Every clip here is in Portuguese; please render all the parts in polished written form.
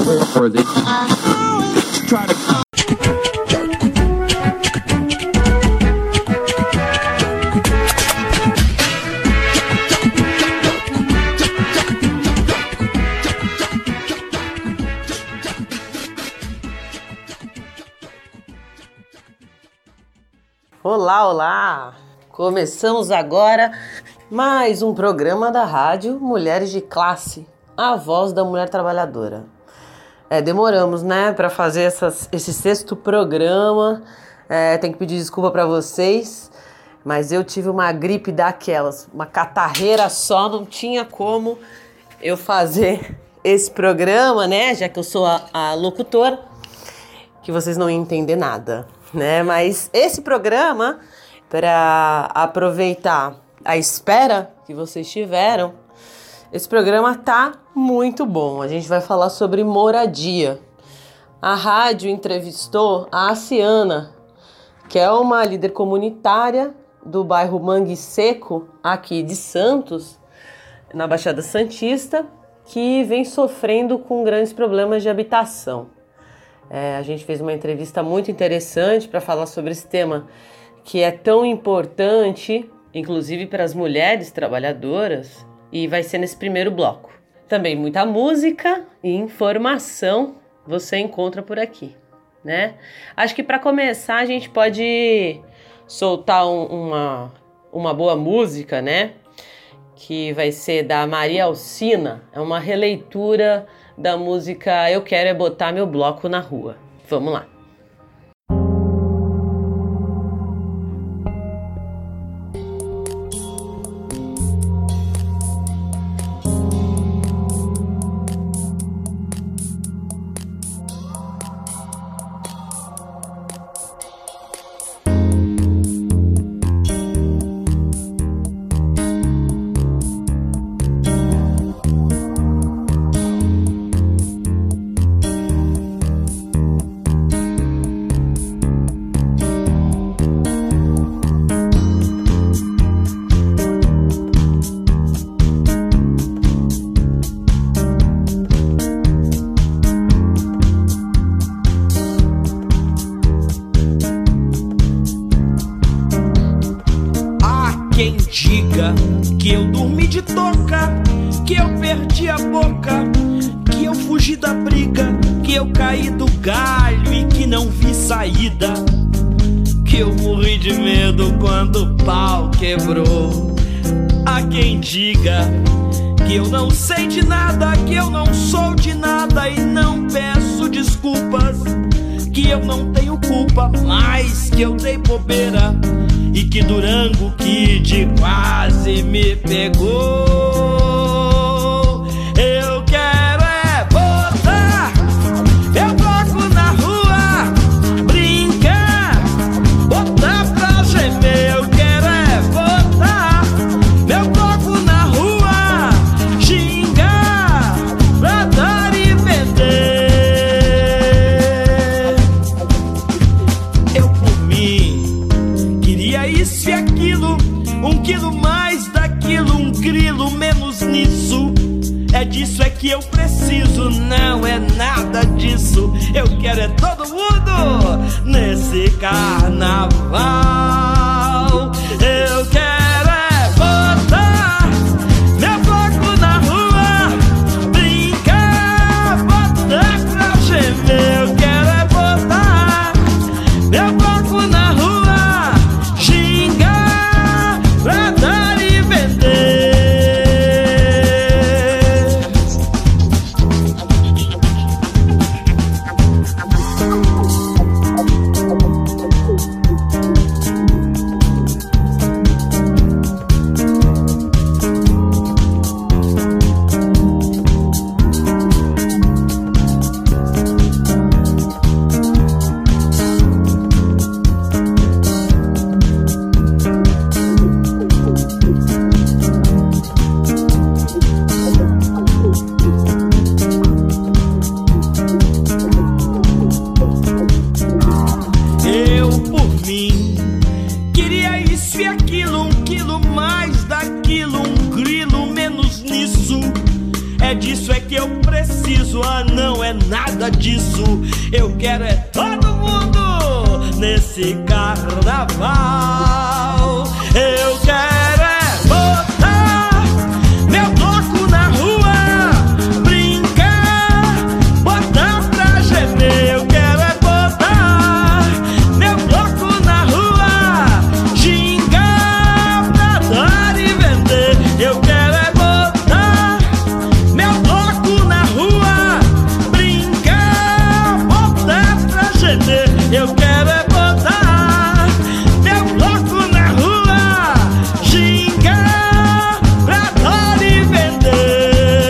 Olá, olá! Começamos agora mais um programa da rádio Mulheres de Classe, a voz da mulher trabalhadora. Demoramos, né, para fazer esse sexto programa. Tenho que pedir desculpa para vocês, mas eu tive uma gripe daquelas, uma catarreira só, não tinha como eu fazer esse programa, né, já que eu sou a locutora, que vocês não iam entender nada, né? Mas esse programa, para aproveitar a espera que vocês tiveram, esse programa tá muito bom. A gente vai falar sobre moradia. A rádio entrevistou a Ciana, que é uma líder comunitária do bairro Mangue Seco, aqui de Santos, na Baixada Santista, que vem sofrendo com grandes problemas de habitação. A gente fez uma entrevista muito interessante para falar sobre esse tema que é tão importante, inclusive para as mulheres trabalhadoras, e vai ser nesse primeiro bloco. Também muita música e informação você encontra por aqui, né? Acho que para começar a gente pode soltar uma boa música, né? Que vai ser da Maria Alcina, é uma releitura da música Eu Quero É Botar Meu Bloco na Rua. Vamos lá. Que eu dormi de toca, que eu perdi a boca, que eu fugi da briga, que eu caí do galho e que não vi saída, que eu morri de medo quando o pau quebrou. Há quem diga que eu não sei de nada, que eu não sou de nada e não peço desculpas, que eu não tenho culpa, mas que eu dei bobeira e que Durango Kid quase me pegou. Eu quero é botar meu bloco na rua, brincar, botar pra gemer. Eu quero é botar meu bloco na rua, xingar, pra dar e vender. Eu por mim queria isso e aquilo, 1 quilo mais daquilo, 1 grilo menos nisso. É disso é que eu preciso, não é nada disso. Eu quero é todo mundo nesse carnaval. Eu quero é botar meu bloco na rua, brincar, botar pra gemer. Eu quero é botar meu bloco na rua, xingar, pra dar e vender. que eu preciso. Ah, não é nada disso. Eu quero é todo mundo nesse carnaval. Eu quero é botar meu bloco na rua, brincar, botar pra gemer. Eu quero é botar meu bloco na rua, gingar pra dar e vender. Eu quero é botar meu bloco na rua, brincar, botar pra gemer. Eu quero é botar meu bloco na rua, gingar pra dar e vender.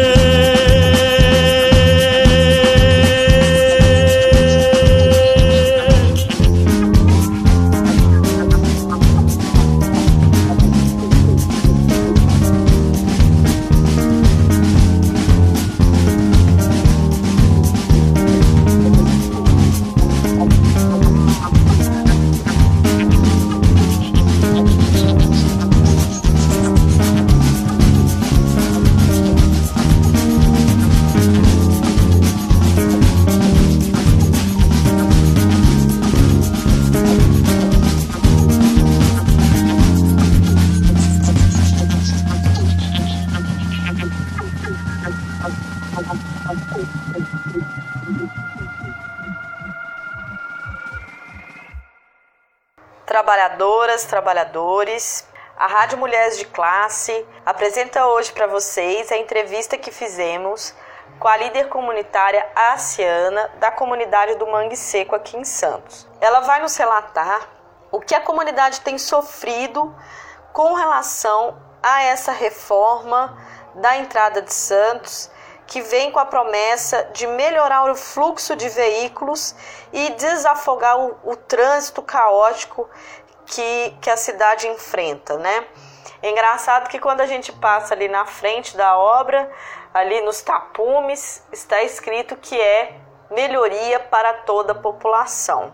Trabalhadoras, trabalhadores, a Rádio Mulheres de Classe apresenta hoje para vocês a entrevista que fizemos com a líder comunitária Aciana, da comunidade do Mangue Seco aqui em Santos. Ela vai nos relatar o que a comunidade tem sofrido com relação a essa reforma da entrada de Santos, que vem com a promessa de melhorar o fluxo de veículos e desafogar o trânsito caótico que a cidade enfrenta, né? É engraçado que quando a gente passa ali na frente da obra, ali nos tapumes, está escrito que é melhoria para toda a população.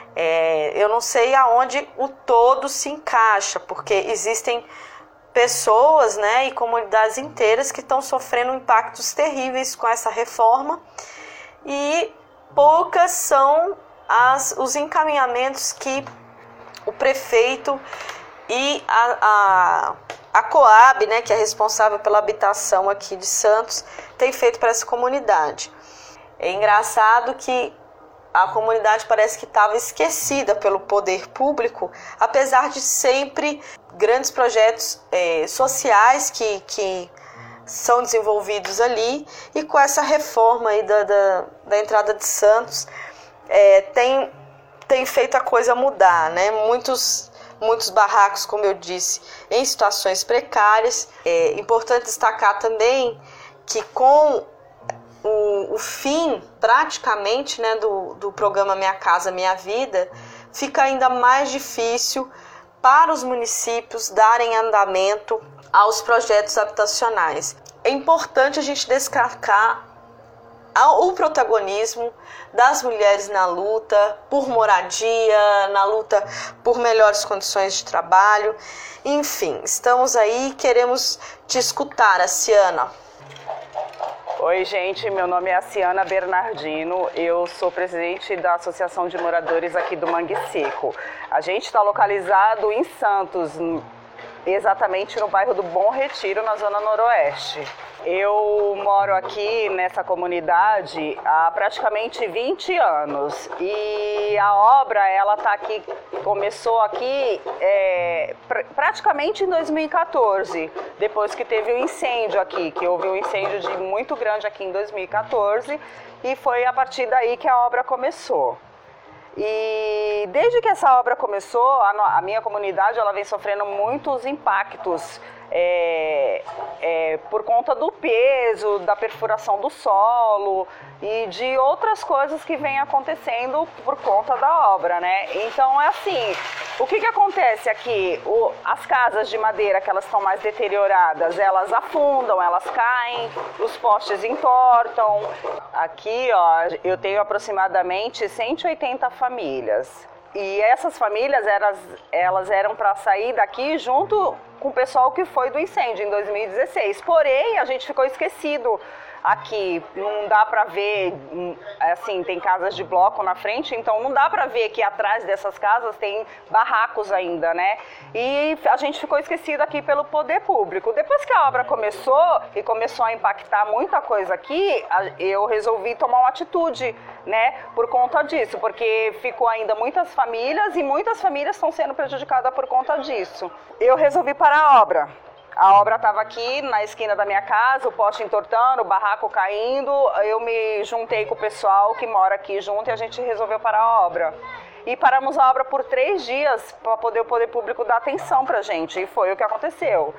Eu não sei aonde o todo se encaixa, porque existem pessoas, né, e comunidades inteiras que estão sofrendo impactos terríveis com essa reforma, e poucas são os encaminhamentos que o prefeito e a Coab, né, que é responsável pela habitação aqui de Santos, tem feito para essa comunidade. É engraçado que a comunidade parece que estava esquecida pelo poder público, apesar de sempre grandes projetos sociais que são desenvolvidos ali, e com essa reforma aí da entrada de Santos tem feito a coisa mudar, né? Muitos barracos, como eu disse, em situações precárias. É importante destacar também que com o fim, praticamente, né, do programa Minha Casa Minha Vida, fica ainda mais difícil para os municípios darem andamento aos projetos habitacionais. É importante a gente destacar o protagonismo das mulheres na luta por moradia, na luta por melhores condições de trabalho. Enfim, estamos aí e queremos te escutar, Aciana. Oi, gente, meu nome é Aciana Bernardino, eu sou presidente da Associação de Moradores aqui do Mangue Seco. A gente está localizado em Santos, exatamente no bairro do Bom Retiro, na Zona Noroeste. Eu moro aqui nessa comunidade há praticamente 20 anos e a obra começou aqui praticamente em 2014, depois que teve o incêndio aqui, que houve um incêndio muito grande aqui em 2014 e foi a partir daí que a obra começou. E desde que essa obra começou, a minha comunidade ela vem sofrendo muitos impactos por conta do peso, da perfuração do solo e de outras coisas que vêm acontecendo por conta da obra, né? Então é assim, o que acontece aqui? As casas de madeira que elas estão mais deterioradas, elas afundam, elas caem, os postes entortam. Aqui, ó, eu tenho aproximadamente 180 famílias. E essas famílias, elas eram para sair daqui junto com o pessoal que foi do incêndio em 2016. Porém, a gente ficou esquecido. aqui não dá para ver, assim, tem casas de bloco na frente, então não dá para ver que atrás dessas casas tem barracos ainda, né? E a gente ficou esquecido aqui pelo poder público. Depois que a obra começou e começou a impactar muita coisa aqui, eu resolvi tomar uma atitude, né, por conta disso, porque ficou ainda muitas famílias e muitas famílias estão sendo prejudicadas por conta disso. Eu resolvi parar a obra. A obra estava aqui na esquina da minha casa, o poste entortando, o barraco caindo. Eu me juntei com o pessoal que mora aqui junto e a gente resolveu parar a obra. E paramos a obra por 3 dias para poder o poder público dar atenção para a gente. E foi o que aconteceu.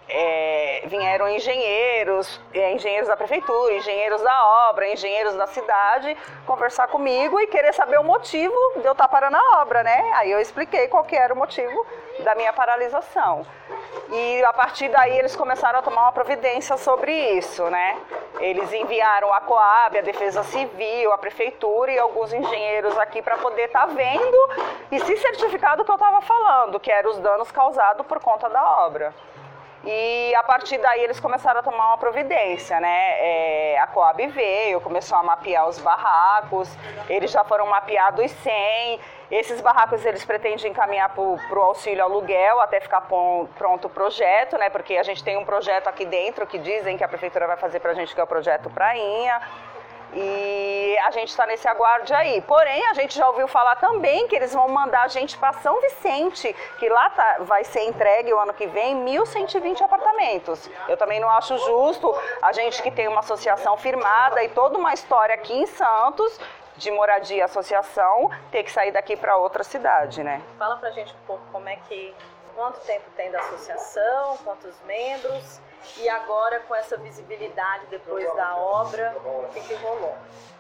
Vieram engenheiros da prefeitura, engenheiros da obra, engenheiros da cidade conversar comigo e querer saber o motivo de eu estar parando a obra, né? Aí eu expliquei qual que era o motivo da minha paralisação. E a partir daí eles começaram a tomar uma providência sobre isso, né? Eles enviaram a Coab, a Defesa Civil, a prefeitura e alguns engenheiros aqui para poder estar vendo e se certificar do que eu estava falando, que eram os danos causados por conta da obra. E a partir daí eles começaram a tomar uma providência, né? A Coab veio, começou a mapear os barracos, eles já foram mapeados 100. Esses barracos eles pretendem encaminhar para o auxílio aluguel até ficar pronto o projeto, né? Porque a gente tem um projeto aqui dentro que dizem que a prefeitura vai fazer para a gente, que é o projeto Prainha. E a gente está nesse aguarde aí. Porém, a gente já ouviu falar também que eles vão mandar a gente para São Vicente, que lá vai ser entregue o ano que vem 1.120 apartamentos. Eu também não acho justo a gente que tem uma associação firmada e toda uma história aqui em Santos de moradia e associação ter que sair daqui para outra cidade, né? Fala pra gente um pouco quanto tempo tem da associação, quantos membros. E agora, com essa visibilidade depois da obra, o que rolou?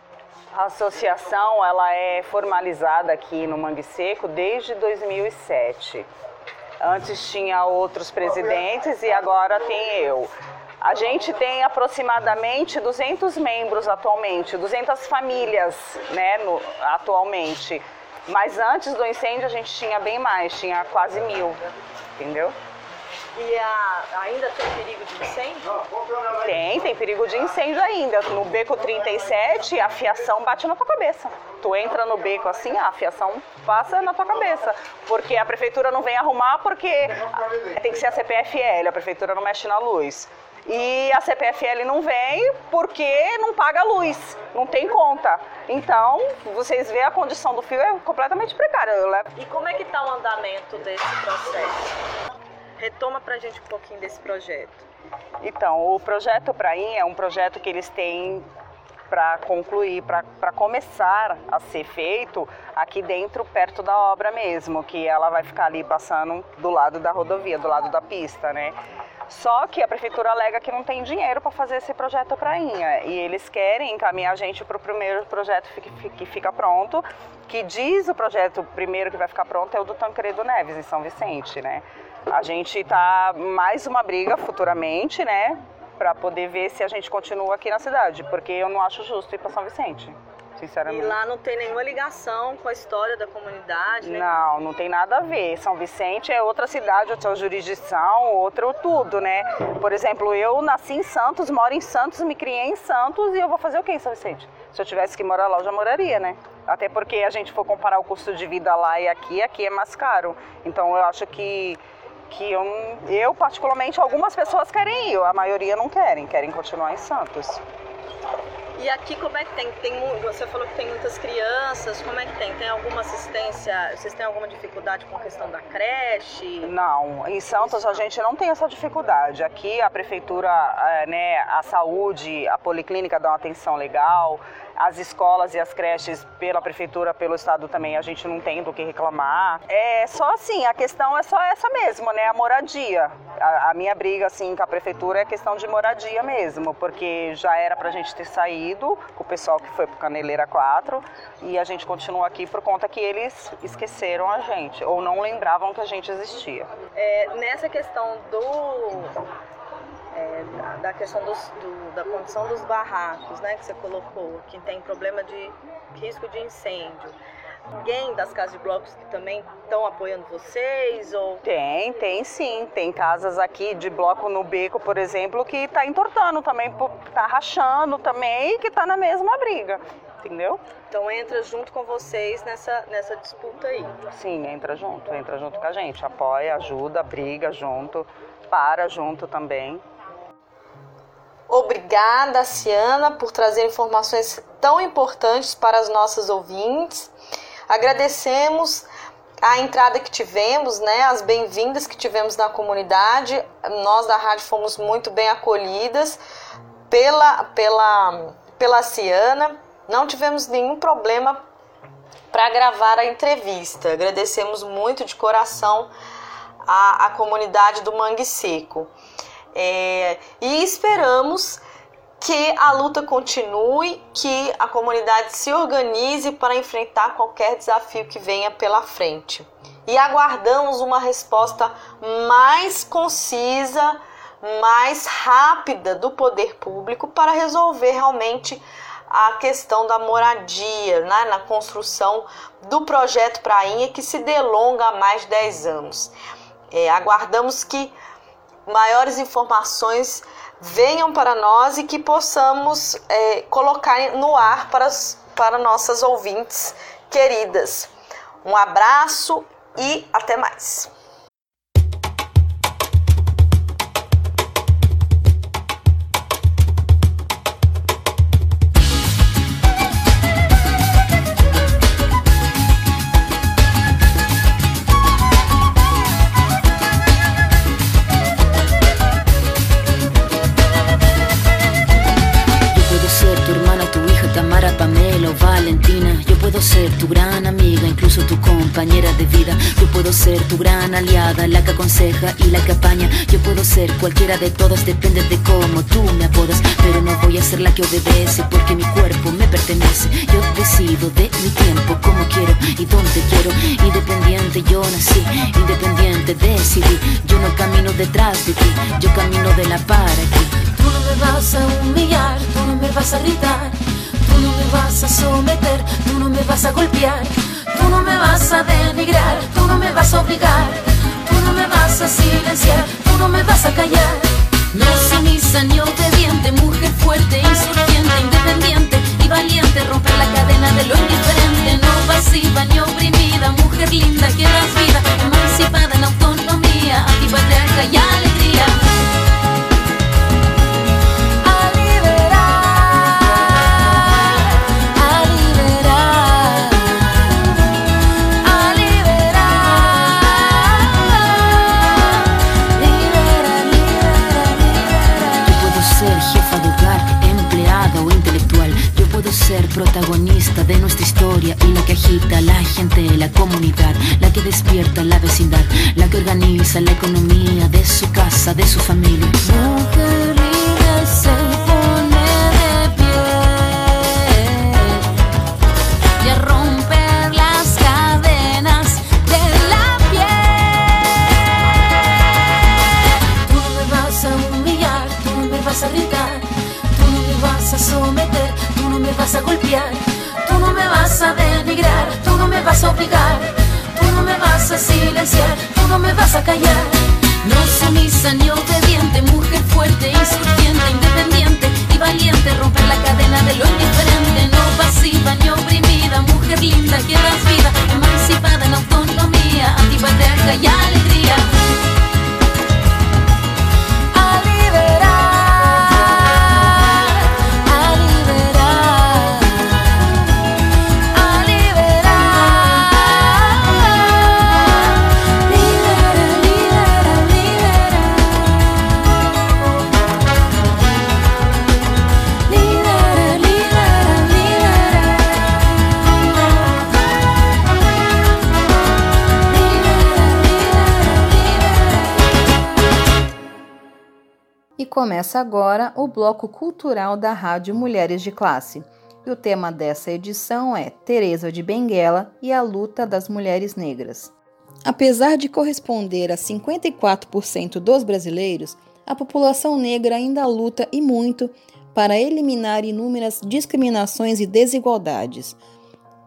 A associação ela é formalizada aqui no Mangue Seco desde 2007. Antes tinha outros presidentes e agora tem eu. A gente tem aproximadamente 200 membros atualmente, 200 famílias, né, atualmente. Mas antes do incêndio a gente tinha bem mais, tinha quase 1.000, entendeu? E ainda tem perigo de incêndio? Tem perigo de incêndio ainda. No beco 37, a fiação bate na tua cabeça. Tu entra no beco assim, a fiação passa na tua cabeça. Porque a prefeitura não vem arrumar porque tem que ser a CPFL, a prefeitura não mexe na luz. E a CPFL não vem porque não paga a luz, não tem conta. Então, vocês veem a condição do fio é completamente precária. E como é que está o andamento desse processo? Retoma pra gente um pouquinho desse projeto. Então, o projeto Prainha é um projeto que eles têm para concluir, para começar a ser feito aqui dentro, perto da obra mesmo, que ela vai ficar ali passando do lado da rodovia, do lado da pista, né? Só que a prefeitura alega que não tem dinheiro para fazer esse projeto Prainha e eles querem encaminhar a gente para o primeiro projeto que fica pronto, que diz o projeto primeiro que vai ficar pronto é o do Tancredo Neves, em São Vicente, né? A gente tá mais uma briga futuramente, né, para poder ver se a gente continua aqui na cidade, porque eu não acho justo ir para São Vicente, sinceramente. E lá não tem nenhuma ligação com a história da comunidade, né? Não tem nada a ver. São Vicente é outra cidade, outra jurisdição, outro tudo, né? Por exemplo, eu nasci em Santos, moro em Santos, me criei em Santos e eu vou fazer o quê em São Vicente? Se eu tivesse que morar lá, eu já moraria, né? Até porque a gente for comparar o custo de vida lá e aqui é mais caro. Então eu acho que eu particularmente, algumas pessoas querem ir, a maioria não querem continuar em Santos. E aqui como é que tem? Você falou que tem muitas crianças, como é que tem? Tem alguma assistência, vocês têm alguma dificuldade com a questão da creche? Não, em Santos a gente não tem essa dificuldade. Aqui a prefeitura, né, a saúde, a policlínica dão uma atenção legal, as escolas e as creches pela prefeitura, pelo estado também, a gente não tem do que reclamar. É só assim, a questão é só essa mesmo, né, a moradia. A minha briga assim com a prefeitura é questão de moradia mesmo, porque já era pra gente ter saído com o pessoal que foi pro Caneleira 4 e a gente continua aqui por conta que eles esqueceram a gente ou não lembravam que a gente existia. Nessa questão da questão da condição dos barracos, né, que você colocou, que tem problema de risco de incêndio, Alguém das casas de blocos que também estão apoiando vocês? Ou... Tem sim. Tem casas aqui de bloco no Beco, por exemplo, que tá entortando também, tá rachando também e que tá na mesma briga, entendeu? Então entra junto com vocês nessa disputa aí. Sim, entra junto com a gente, apoia, ajuda, briga junto, para junto também. Obrigada, Ciana, por trazer informações tão importantes para as nossas ouvintes. Agradecemos a entrada que tivemos, né, as bem-vindas que tivemos na comunidade. Nós da rádio fomos muito bem acolhidas pela Ciana. Não tivemos nenhum problema para gravar a entrevista. Agradecemos muito de coração a comunidade do Mangue Seco. E esperamos que a luta continue, que a comunidade se organize para enfrentar qualquer desafio que venha pela frente. E aguardamos uma resposta mais concisa, mais rápida do poder público para resolver realmente a questão da moradia, né, na construção do projeto Prainha, que se delonga há mais de 10 anos. Aguardamos que maiores informações venham para nós e que possamos colocar no ar para nossas ouvintes queridas. Um abraço e até mais. Yo puedo ser tu gran amiga, incluso tu compañera de vida. Yo puedo ser tu gran aliada, la que aconseja y la que apaña. Yo puedo ser cualquiera de todas, depende de cómo tú me apodas. Pero no voy a ser la que obedece, porque mi cuerpo me pertenece. Yo decido de mi tiempo, como quiero y donde quiero. Independiente yo nací, independiente decidí. Yo no camino detrás de ti, yo camino de la para ti. Tú no me vas a humillar, tú no me vas a gritar. Tú no me vas a someter, tú no me vas a golpear. Tú no me vas a denigrar, tú no me vas a obligar. Tú no me vas a silenciar, tú no me vas a callar. No sumisa ni obediente, mujer fuerte, insurgente, independiente y valiente. Romper la cadena de lo indiferente, no pasiva ni oprimida. Mujer linda que das vida, emancipada en autonomía, antipatriarca y alegría. Ser protagonista de nuestra historia y la que agita a la gente, la comunidad, la que despierta la vecindad, la que organiza la economía de su casa, de su familia. Mujer libre se pone de pie y a romper las cadenas de la piel. Tú no me vas a humillar, tú no me vas a gritar, tú no me vas a someter, tú no me vas a golpear, tú no me vas a denigrar, tú no me vas a obligar, tú no me vas a silenciar, tú no me vas a callar. No sumisa ni obediente, mujer fuerte, insurgente, independiente y valiente. Romper la cadena de lo indiferente, no pasiva ni oprimida. Mujer linda que das vida, emancipada en autonomía, antipatriarca y alegría. Começa agora o bloco cultural da Rádio Mulheres de Classe. E o tema dessa edição é Teresa de Benguela e a luta das mulheres negras. Apesar de corresponder a 54% dos brasileiros, a população negra ainda luta e muito para eliminar inúmeras discriminações e desigualdades.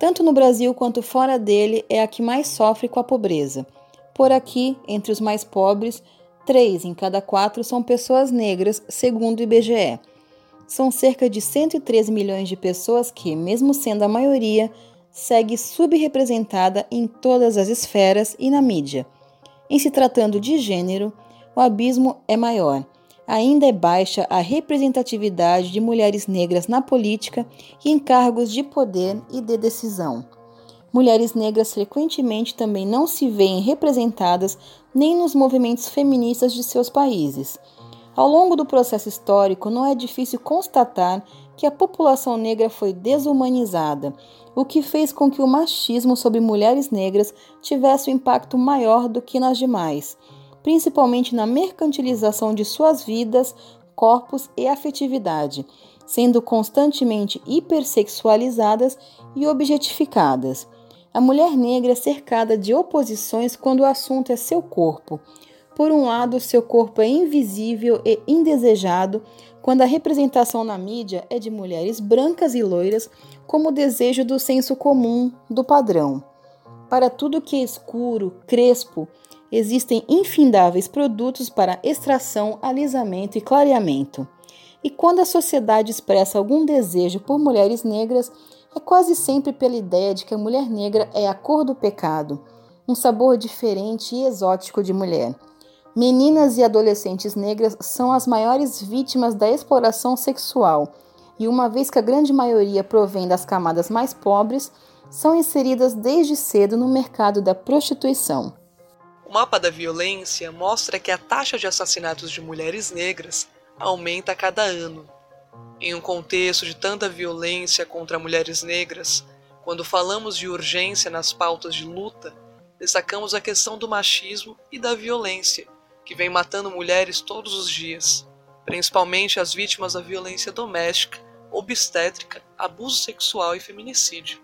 tanto no Brasil quanto fora dele, é a que mais sofre com a pobreza. Por aqui, entre os mais pobres, 3 em cada 4 são pessoas negras, segundo o IBGE. São cerca de 113 milhões de pessoas que, mesmo sendo a maioria, segue subrepresentada em todas as esferas e na mídia. Em se tratando de gênero, o abismo é maior. Ainda é baixa a representatividade de mulheres negras na política e em cargos de poder e de decisão. Mulheres negras frequentemente também não se veem representadas nem nos movimentos feministas de seus países. Ao longo do processo histórico, não é difícil constatar que a população negra foi desumanizada, o que fez com que o machismo sobre mulheres negras tivesse um impacto maior do que nas demais, principalmente na mercantilização de suas vidas, corpos e afetividade, sendo constantemente hipersexualizadas e objetificadas. A mulher negra é cercada de oposições quando o assunto é seu corpo. Por um lado, seu corpo é invisível e indesejado quando a representação na mídia é de mulheres brancas e loiras, como o desejo do senso comum, do padrão. Para tudo que é escuro, crespo, existem infindáveis produtos para extração, alisamento e clareamento. E quando a sociedade expressa algum desejo por mulheres negras, é quase sempre pela ideia de que a mulher negra é a cor do pecado, um sabor diferente e exótico de mulher. Meninas e adolescentes negras são as maiores vítimas da exploração sexual e, uma vez que a grande maioria provém das camadas mais pobres, são inseridas desde cedo no mercado da prostituição. O mapa da violência mostra que a taxa de assassinatos de mulheres negras aumenta a cada ano. Em um contexto de tanta violência contra mulheres negras, quando falamos de urgência nas pautas de luta, destacamos a questão do machismo e da violência, que vem matando mulheres todos os dias, principalmente as vítimas da violência doméstica, obstétrica, abuso sexual e feminicídio.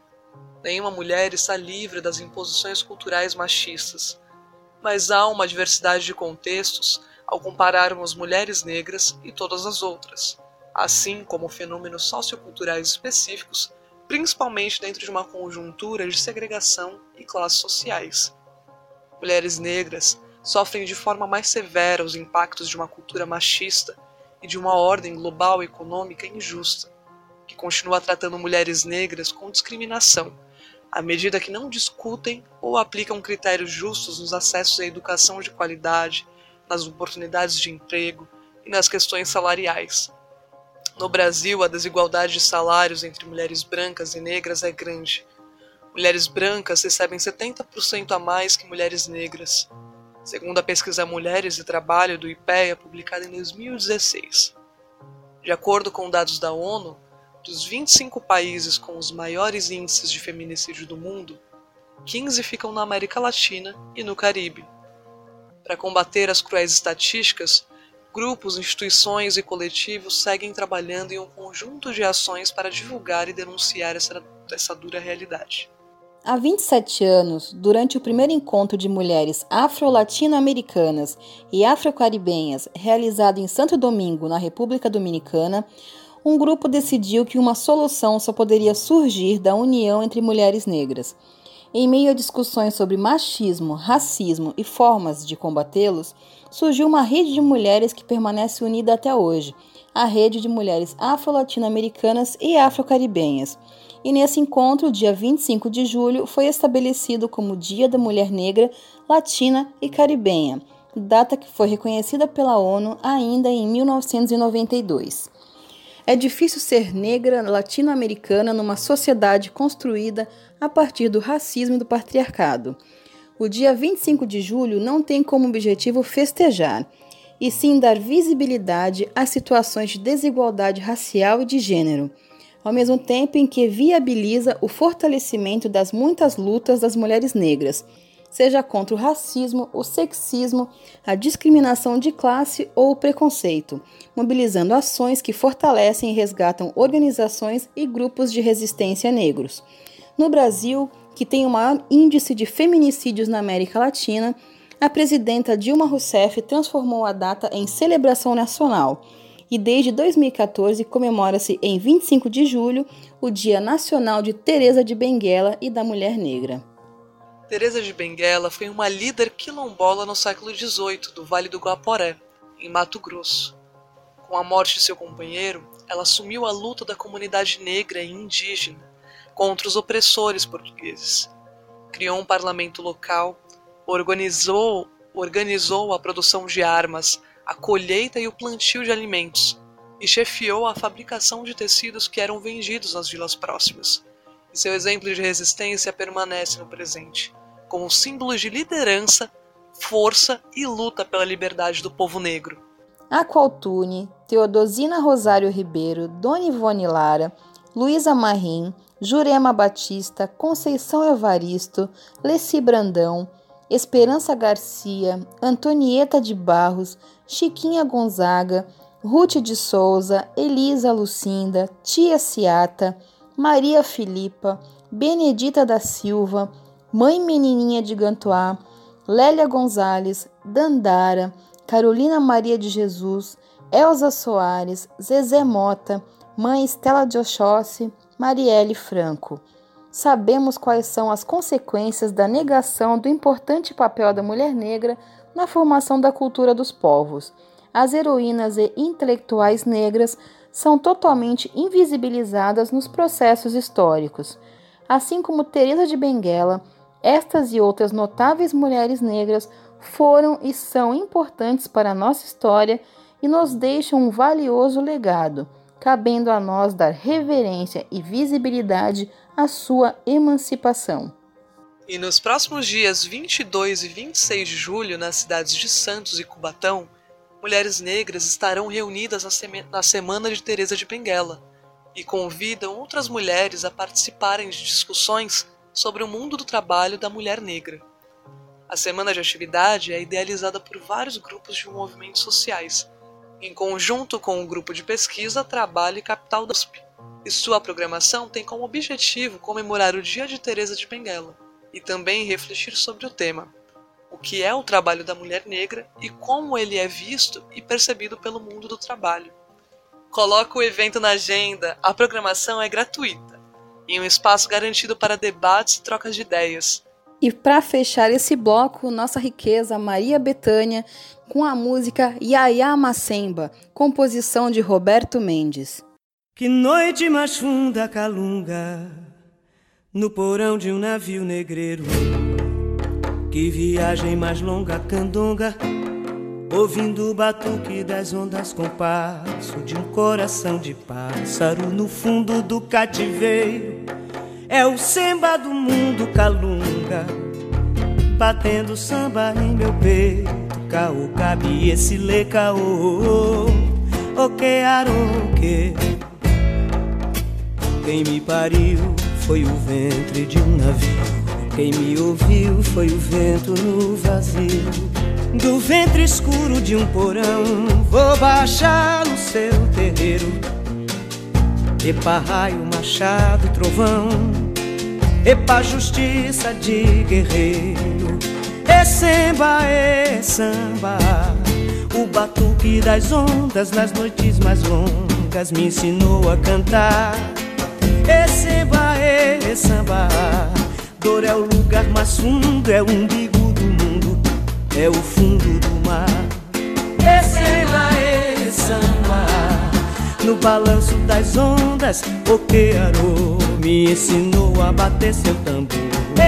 Nenhuma mulher está livre das imposições culturais machistas, mas há uma diversidade de contextos ao compararmos mulheres negras e todas as outras, assim como fenômenos socioculturais específicos, principalmente dentro de uma conjuntura de segregação e classes sociais. Mulheres negras sofrem de forma mais severa os impactos de uma cultura machista e de uma ordem global econômica injusta, que continua tratando mulheres negras com discriminação, à medida que não discutem ou aplicam critérios justos nos acessos à educação de qualidade, nas oportunidades de emprego e nas questões salariais. No Brasil, a desigualdade de salários entre mulheres brancas e negras é grande. Mulheres brancas recebem 70% a mais que mulheres negras, segundo a pesquisa Mulheres e Trabalho do IPEA, publicada em 2016. De acordo com dados da ONU, dos 25 países com os maiores índices de feminicídio do mundo, 15 ficam na América Latina e no Caribe. Para combater as cruéis estatísticas, grupos, instituições e coletivos seguem trabalhando em um conjunto de ações para divulgar e denunciar essa dura realidade. Há 27 anos, durante o primeiro encontro de mulheres afro-latino-americanas e afro-caribenhas realizado em Santo Domingo, na República Dominicana, um grupo decidiu que uma solução só poderia surgir da união entre mulheres negras. Em meio a discussões sobre machismo, racismo e formas de combatê-los, surgiu uma rede de mulheres que permanece unida até hoje, a Rede de Mulheres Afro-Latino-Americanas e Afro-Caribenhas. E nesse encontro, dia 25 de julho, foi estabelecido como Dia da Mulher Negra, Latina e Caribenha, data que foi reconhecida pela ONU ainda em 1992. É difícil ser negra latino-americana numa sociedade construída a partir do racismo e do patriarcado. O dia 25 de julho não tem como objetivo festejar, e sim dar visibilidade às situações de desigualdade racial e de gênero, ao mesmo tempo em que viabiliza o fortalecimento das muitas lutas das mulheres negras, seja contra o racismo, o sexismo, a discriminação de classe ou o preconceito, mobilizando ações que fortalecem e resgatam organizações e grupos de resistência negros. No Brasil, que tem o maior índice de feminicídios na América Latina, a presidenta Dilma Rousseff transformou a data em celebração nacional e desde 2014 comemora-se em 25 de julho o Dia Nacional de Teresa de Benguela e da Mulher Negra. Teresa de Benguela foi uma líder quilombola no século XVIII do Vale do Guaporé, em Mato Grosso. Com a morte de seu companheiro, ela assumiu a luta da comunidade negra e indígena contra os opressores portugueses. Criou um parlamento local, organizou a produção de armas, a colheita e o plantio de alimentos, e chefiou a fabricação de tecidos que eram vendidos nas vilas próximas. E seu exemplo de resistência permanece no presente, como símbolo de liderança, força e luta pela liberdade do povo negro. Aqualtune, Teodosina Rosário Ribeiro, Dona Ivone Lara, Luísa Marim, Jurema Batista, Conceição Evaristo, Leci Brandão, Esperança Garcia, Antonieta de Barros, Chiquinha Gonzaga, Ruth de Souza, Elisa Lucinda, Tia Ciata, Maria Filipa, Benedita da Silva, Mãe Menininha de Gantoá, Lélia Gonzalez, Dandara, Carolina Maria de Jesus, Elza Soares, Zezé Mota, Mãe Estela de Oxóssi, Marielle Franco. Sabemos quais são as consequências da negação do importante papel da mulher negra na formação da cultura dos povos. As heroínas e intelectuais negras são totalmente invisibilizadas nos processos históricos. Assim como Teresa de Benguela, estas e outras notáveis mulheres negras foram e são importantes para a nossa história e nos deixam um valioso legado, cabendo a nós dar reverência e visibilidade à sua emancipação. E nos próximos dias 22 e 26 de julho, nas cidades de Santos e Cubatão, mulheres negras estarão reunidas na Semana de Teresa de Benguela e convidam outras mulheres a participarem de discussões sobre o mundo do trabalho da mulher negra. A Semana de Atividade é idealizada por vários grupos de movimentos sociais, em conjunto com o grupo de pesquisa Trabalho e Capital da USP, e sua programação tem como objetivo comemorar o Dia de Teresa de Benguela e também refletir sobre o tema: o que é o trabalho da mulher negra e como ele é visto e percebido pelo mundo do trabalho. Coloca o evento na agenda, a programação é gratuita, em um espaço garantido para debates e trocas de ideias. E para fechar esse bloco, nossa riqueza Maria Bethânia com a música Yaya Macemba, composição de Roberto Mendes. Que noite mais funda calunga no porão de um navio negreiro. Que viagem mais longa candonga, ouvindo o batuque das ondas com passo de um coração de pássaro no fundo do cativeiro. É o samba do mundo calunga, batendo samba em meu peito. Caô, cabe esse lê caô, oque aroque. Quem me pariu foi o ventre de um navio, quem me ouviu foi o vento no vazio. Do ventre escuro de um porão vou baixar no seu terreiro. Epa raio, machado, trovão, epa justiça de guerreiro. E samba, o batuque das ondas nas noites mais longas me ensinou a cantar. E samba, dor é o lugar mais fundo, é o umbigo do mundo, é o fundo do mar. E samba, no balanço das ondas, o que arô me ensinou a bater seu tambor.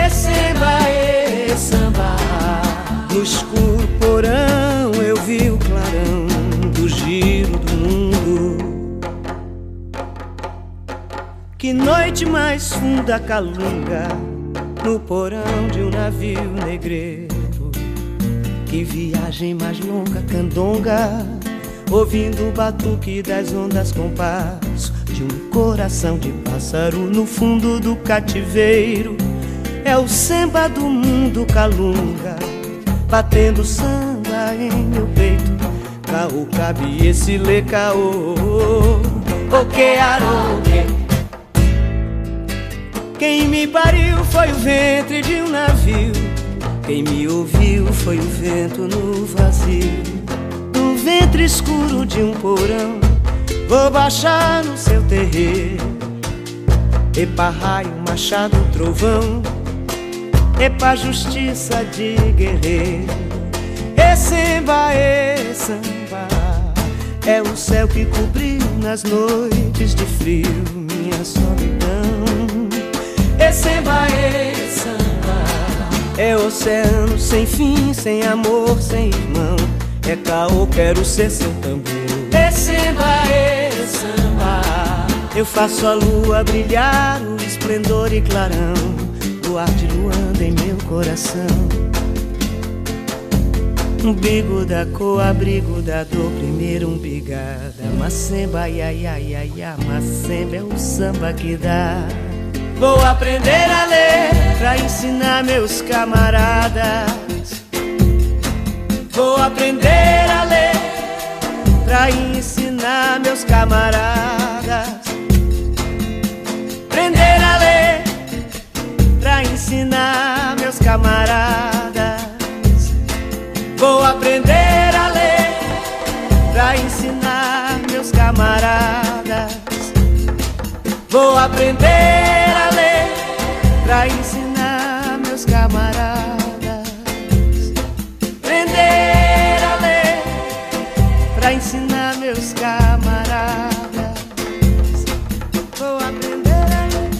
E samba, no escuro porão eu vi o clarão do giro do mundo. Que noite mais funda calunga no porão de um navio negreiro. Que viagem mais longa candonga, ouvindo o batuque das ondas com passo de um coração de pássaro no fundo do cativeiro. É o samba do mundo calunga, batendo samba em meu peito. Caô, cabe esse lê caô, oque aroque. Quem me pariu foi o ventre de um navio, quem me ouviu foi o vento no vazio. Do ventre escuro de um porão Vou baixar no seu terreiro, epa raio, machado, trovão, epa justiça de guerreiro. E samba, é o céu que cobriu nas noites de frio minha solidão. E samba, é oceano sem fim, sem amor, sem irmão. É caô, quero ser seu tambor. E samba, eu faço a lua brilhar, o esplendor e clarão, luar de luanda em meu coração. Umbigo da cor, abrigo da dor, primeiro umbigada. Macemba, ia, macemba é o samba que dá. Vou aprender a ler pra ensinar meus camaradas. Vou aprender a ler pra ensinar meus camaradas. Aprender a ler pra ensinar meus camaradas. Vou aprender a ler pra ensinar meus camaradas. Vou aprender a ler pra ensinar meus camaradas. Aprender a ler pra ensinar meus camaradas. Vou aprender a ler.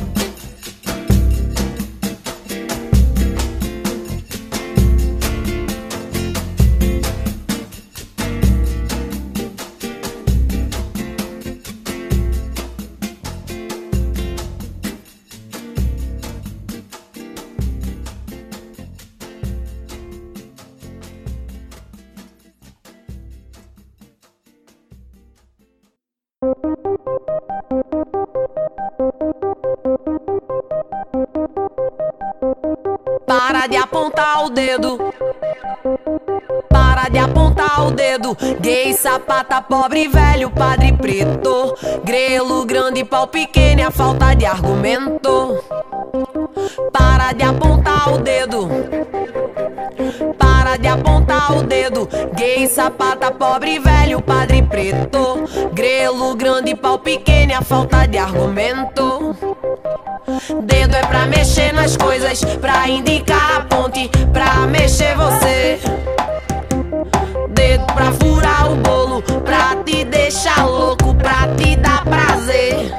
Para de apontar o dedo. Para de apontar o dedo. Gay, sapata, pobre, velho, padre preto, grelo grande, pau pequeno, a falta de argumento. Para de apontar o dedo. Para de apontar o dedo. Gay, sapata, pobre, velho, padre preto, grelo grande, pau pequeno, a falta de argumento. Dedo é pra mexer nas coisas, pra indicar a ponte, pra mexer você. Dedo pra furar o bolo, pra te deixar louco, pra te dar prazer.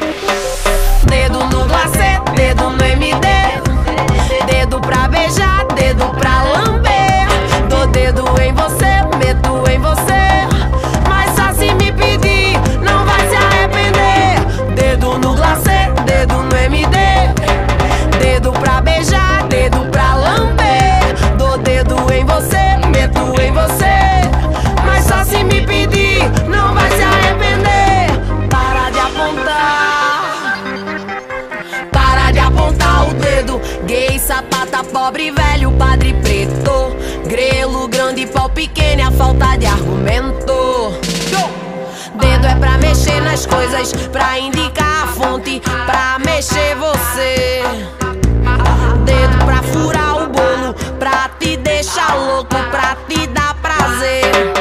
Dedo no glacê, dedo no MD, dedo pra beijar, dedo pra lamber. Dou dedo em você, meto em você, mas só se me pedir, não vai se arrepender. Dedo no glacê, dedo no MD, dedo pra beijar, dedo pra lamber. Dou dedo em você, meto em você, mas só se me pedir, não vai se arrepender. Para de apontar. Para de apontar o dedo. Gay, sapata, pobre, velho, padre preto, grelo grande, pau pequeno, a falta de argumento. Dedo é pra mexer nas coisas, pra indicar a fonte, pra mexer você. Dedo pra furar o bolo, pra te deixar louco, pra te dar prazer.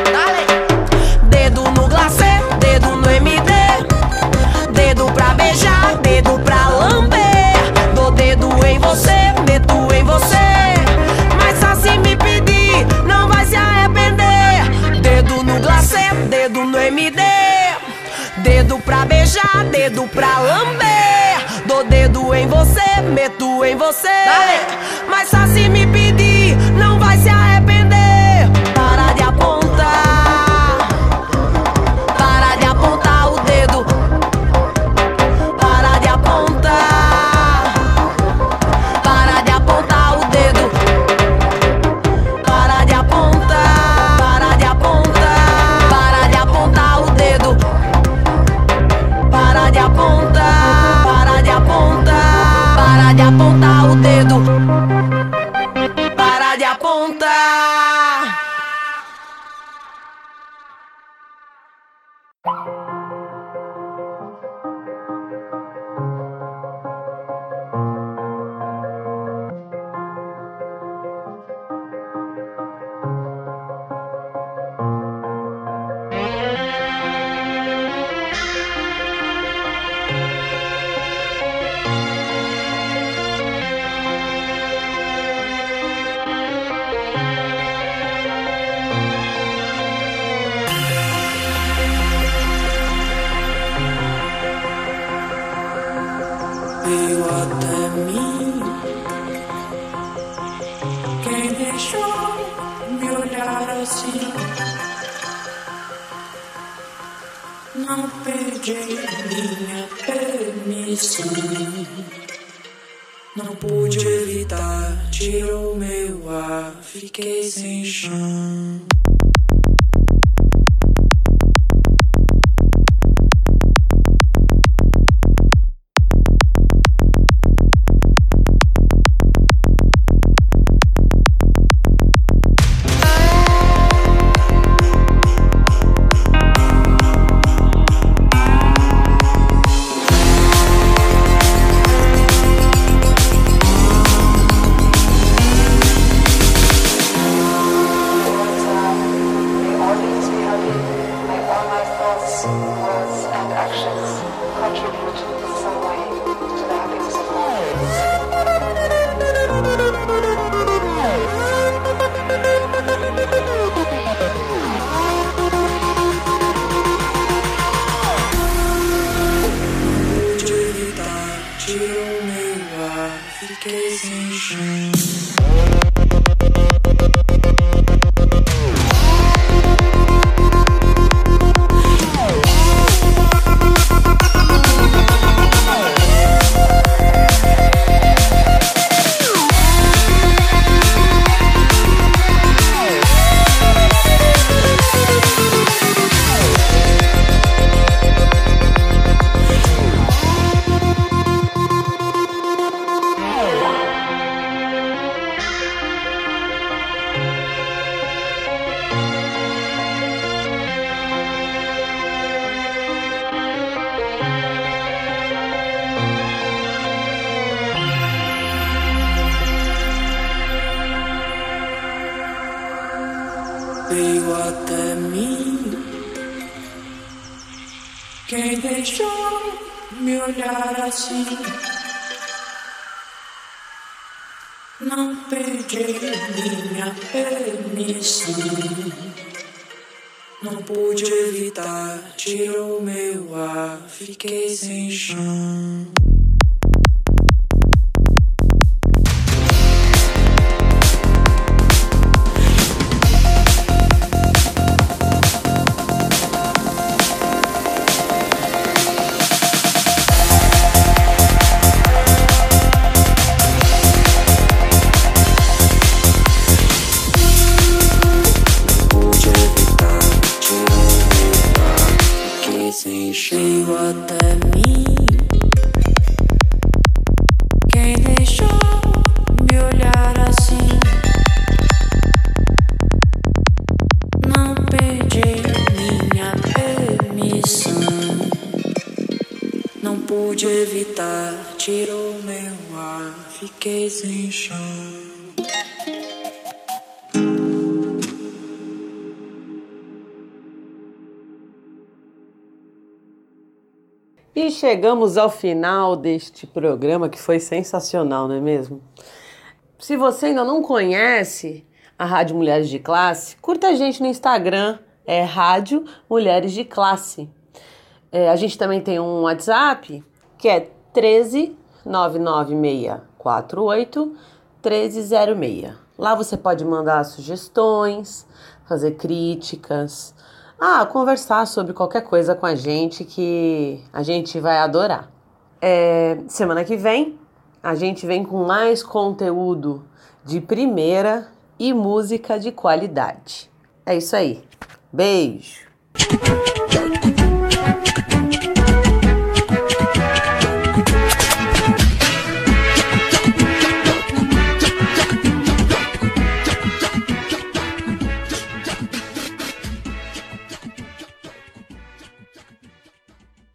Dedo no glacê, dedo no MD, dedo pra beijar, dedo pra lamber. Dou dedo em você, meto em você, mas só se me pedir, não vai se arrepender. Dedo no glacê, dedo no MD, dedo pra beijar, dedo pra lamber. Dou dedo em você, meto em você, mas só se me pedir, não vai se arrepender. Para de apontar. Para de apontar o dedo. Para de apontar. Para de apontar o dedo. Para de apontar. Para de apontar. Para de apontar o dedo. Para de apontar. Para de apontar. Para de apontar o dedo. Para de apontar. assim. Não pedi minha permissão. Não pude evitar, tirou meu ar, fiquei sem chão. Veio até mim quem deixou me olhar assim. Não pedi minha permissão. Não pude evitar, tirou meu ar, fiquei sem chão. Veio até mim quem deixou me olhar assim. Não pedi minha permissão. Não pude evitar, tirou meu ar, fiquei sem chão. E chegamos ao final deste programa que foi sensacional, não é mesmo? Se você ainda não conhece a Rádio Mulheres de Classe, curta a gente no Instagram, é Rádio Mulheres de Classe. A gente também tem um WhatsApp que é 13 99648 1306. Lá você pode mandar sugestões, fazer críticas, conversar sobre qualquer coisa com a gente que a gente vai adorar. Semana que vem, a gente vem com mais conteúdo de primeira e música de qualidade. É isso aí. Beijo!